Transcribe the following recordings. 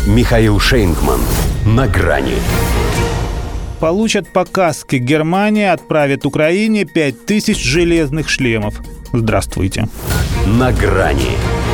Михаил Шейнгман. На грани. Получат по каске. Германия отправит Украине 5000 железных шлемов. Здравствуйте. На грани.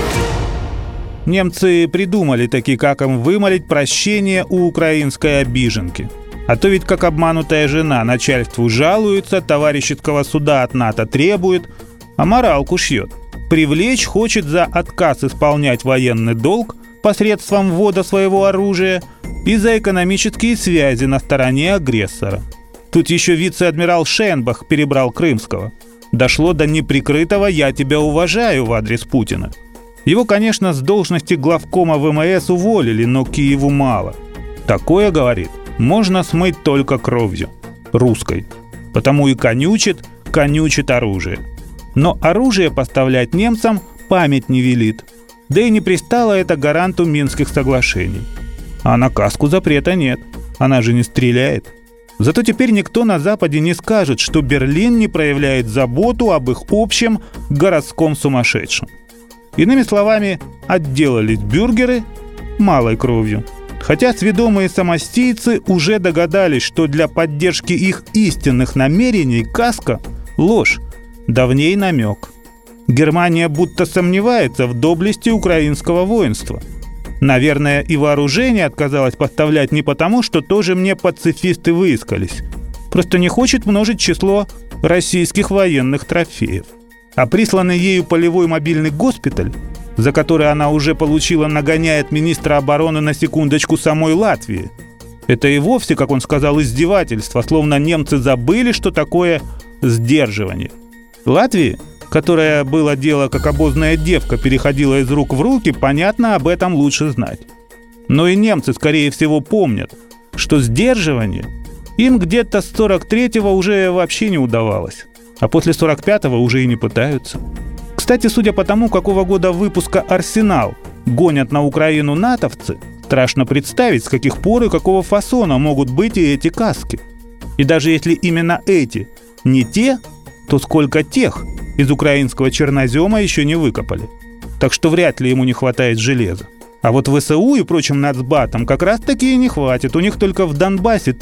Немцы придумали таки, как им вымолить прощение у украинской обиженки. А то ведь как обманутая жена начальству жалуется, товарищеского суда от НАТО требует, а моралку шьет. Привлечь хочет за отказ исполнять военный долг посредством ввода своего оружия и за экономические связи на стороне агрессора. Тут еще вице-адмирал Шенбах перебрал Крымского. Дошло до неприкрытого «я тебя уважаю» в адрес Путина. Его, конечно, с должности главкома ВМС уволили, но Киеву мало. Такое, говорит, можно смыть только кровью. Русской. Потому и конючит оружие. Но оружие поставлять немцам память не велит. Да и не пристало это гаранту Минских соглашений. А на каску запрета нет. Она же не стреляет. Зато теперь никто на Западе не скажет, что Берлин не проявляет заботу об их общем городском сумасшедшем. Иными словами, отделались бюргеры малой кровью. Хотя сведомые самостийцы уже догадались, что для поддержки их истинных намерений каска – ложь, давней намек. Германия будто сомневается в доблести украинского воинства. Наверное, и вооружение отказалась поставлять не потому, что тоже мне пацифисты выискались. Просто не хочет множить число российских военных трофеев. А присланный ею полевой мобильный госпиталь, за который она уже получила нагоняя от министра обороны на секундочку самой Латвии, это и вовсе, как он сказал, издевательство, словно немцы забыли, что такое сдерживание. Латвии, которая, было дело, как обозная девка, переходила из рук в руки, понятно, об этом лучше знать. Но и немцы, скорее всего, помнят, что сдерживание им где-то с 43-го уже вообще не удавалось, а после 45-го уже и не пытаются. Кстати, судя по тому, какого года выпуска «Арсенал» гонят на Украину натовцы, страшно представить, с каких пор и какого фасона могут быть и эти каски. И даже если именно эти не те, то сколько тех из украинского чернозема еще не выкопали. Так что вряд ли ему не хватает железа. А вот ВСУ и прочим нацбатам как раз таки и не хватит. У них только в Донбассе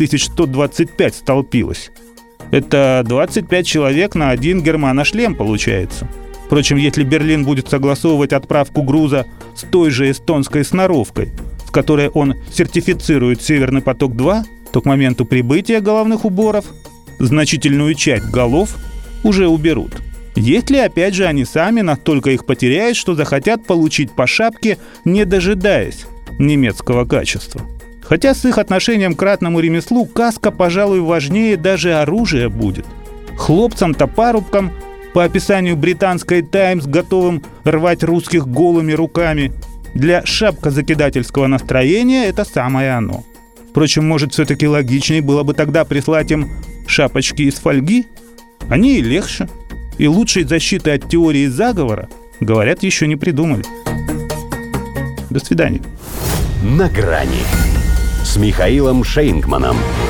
1125 столпилось. Это 25 человек на один германошлем получается. Впрочем, если Берлин будет согласовывать отправку груза с той же эстонской сноровкой, с которой он сертифицирует «Северный поток-2», то к моменту прибытия головных уборов значительную часть голов уже уберут. Если, опять же, они сами настолько их потеряют, что захотят получить по шапке, не дожидаясь немецкого качества. Хотя с их отношением к ратному ремеслу каска, пожалуй, важнее даже оружия будет. Хлопцам-то парубкам, по описанию британской «Таймс», готовым рвать русских голыми руками, для шапкозакидательского настроения это самое оно. Впрочем, может, все-таки логичнее было бы тогда прислать им шапочки из фольги? Они и легче. И лучшей защиты от теории заговора, говорят, еще не придумали. До свидания. На грани с Михаилом Шейнгманом.